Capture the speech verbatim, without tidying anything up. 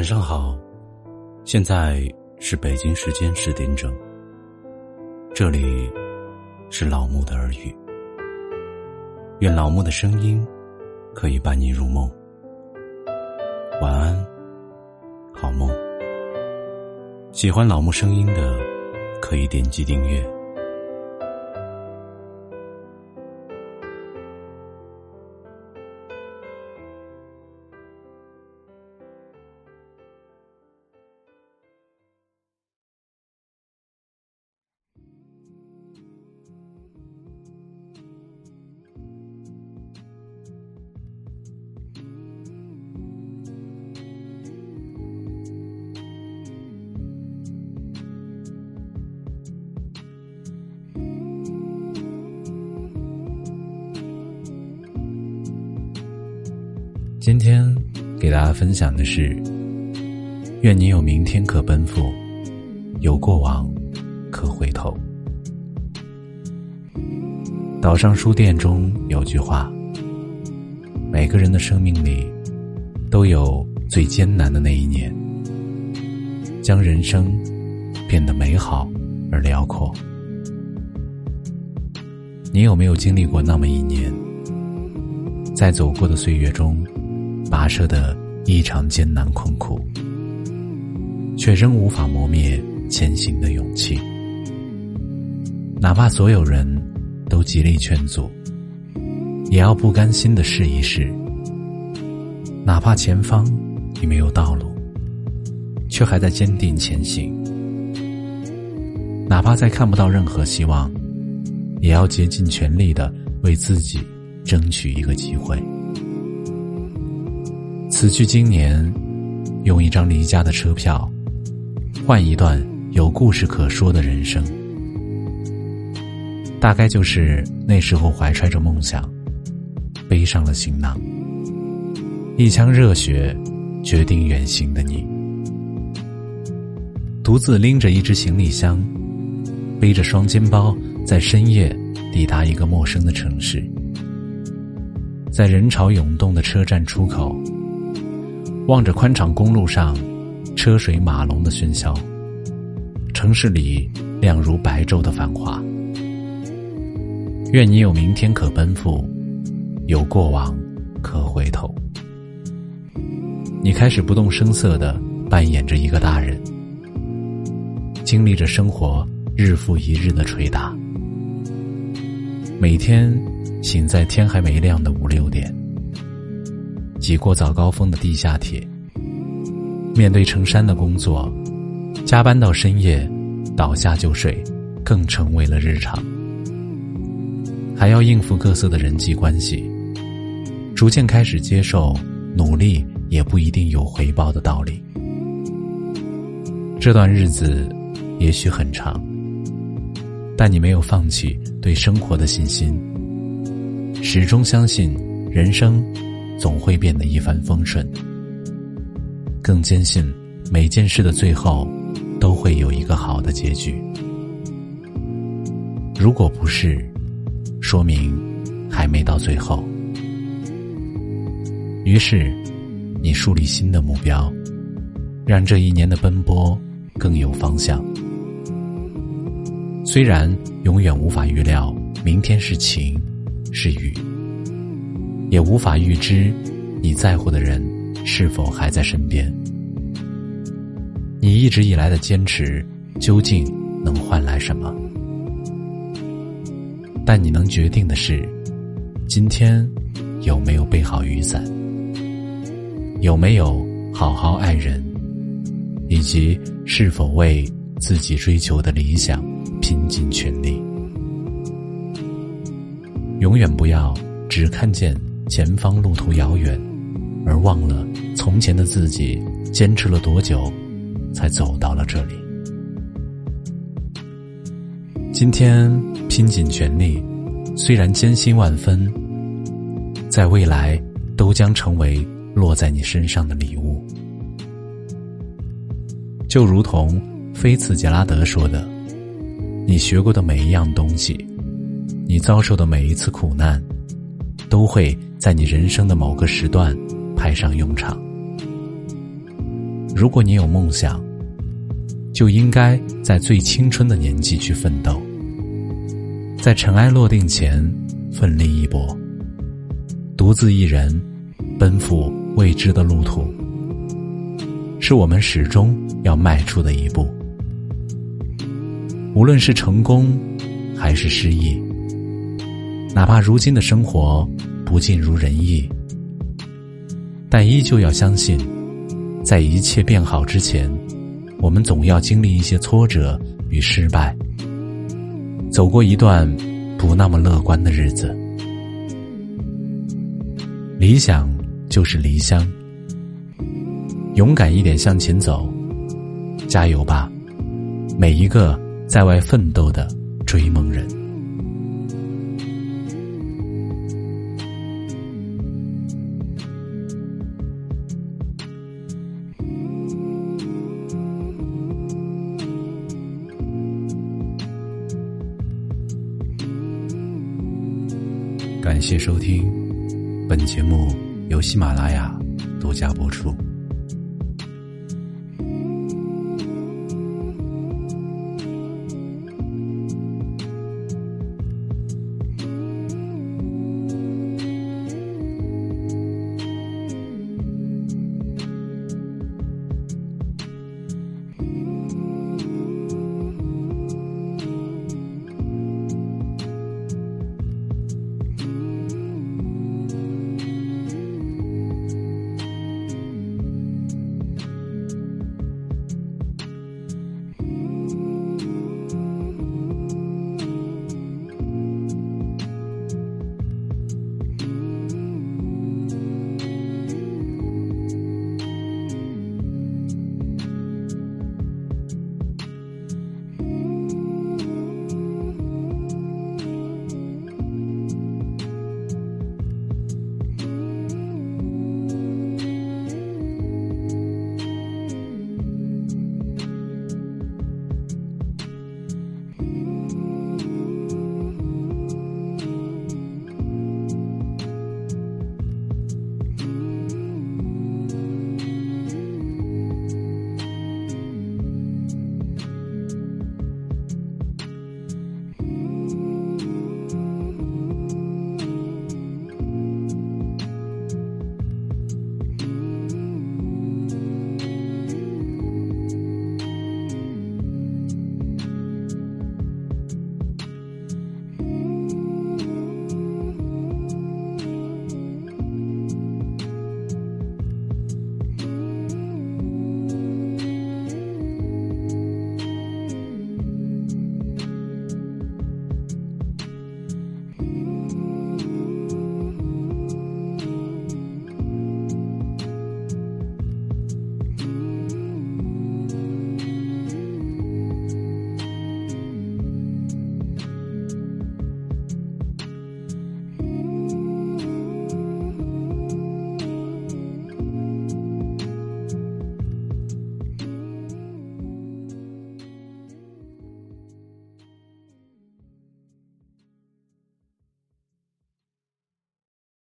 晚上好，现在是北京时间十点整，这里是老木的耳语，愿老木的声音可以伴你入梦，晚安，好梦。喜欢老木声音的可以点击订阅。今天给大家分享的是，愿你有明天可奔赴，有过往可回头。岛上书店中有句话，每个人的生命里都有最艰难的那一年，将人生变得美好而辽阔。你有没有经历过那么一年，在走过的岁月中跋涉的异常艰难困苦，却仍无法磨灭前行的勇气？哪怕所有人都极力劝阻，也要不甘心地试一试。哪怕前方已没有道路，却还在坚定前行。哪怕再看不到任何希望，也要竭尽全力地为自己争取一个机会。此去经年，用一张离家的车票，换一段有故事可说的人生。大概就是那时候怀揣着梦想，背上了行囊，一腔热血决定远行的你，独自拎着一只行李箱，背着双肩包，在深夜抵达一个陌生的城市。在人潮涌动的车站出口，望着宽敞公路上车水马龙的喧嚣，城市里亮如白昼的繁华。愿你有明天可奔赴，有过往可回头。你开始不动声色地扮演着一个大人，经历着生活日复一日的捶打，每天醒在天还没亮的五六点，挤过早高峰的地下铁，面对成山的工作，加班到深夜，倒下就睡，更成为了日常。还要应付各色的人际关系，逐渐开始接受努力也不一定有回报的道理。这段日子也许很长，但你没有放弃对生活的信心，始终相信人生总会变得一帆风顺，更坚信每件事的最后都会有一个好的结局。如果不是，说明还没到最后。于是你树立新的目标，让这一年的奔波更有方向。虽然永远无法预料明天是晴是雨，也无法预知你在乎的人是否还在身边，你一直以来的坚持究竟能换来什么？但你能决定的是，今天有没有备好雨伞，有没有好好爱人，以及是否为自己追求的理想拼尽全力。永远不要只看见前方路途遥远，而忘了从前的自己坚持了多久才走到了这里。今天拼尽全力，虽然艰辛万分，在未来都将成为落在你身上的礼物。就如同菲茨杰拉德说的，你学过的每一样东西，你遭受的每一次苦难，都会在你人生的某个时段派上用场。 如果你有梦想，就应该在最青春的年纪去奋斗，在尘埃落定前奋力一搏，独自一人奔赴未知的路途，是我们始终要迈出的一步。无论是成功还是失意，哪怕如今的生活不尽如人意，但依旧要相信，在一切变好之前，我们总要经历一些挫折与失败，走过一段不那么乐观的日子。理想就是离乡，勇敢一点向前走，加油吧，每一个在外奋斗的追梦人。感谢收听，本节目由喜马拉雅独家播出。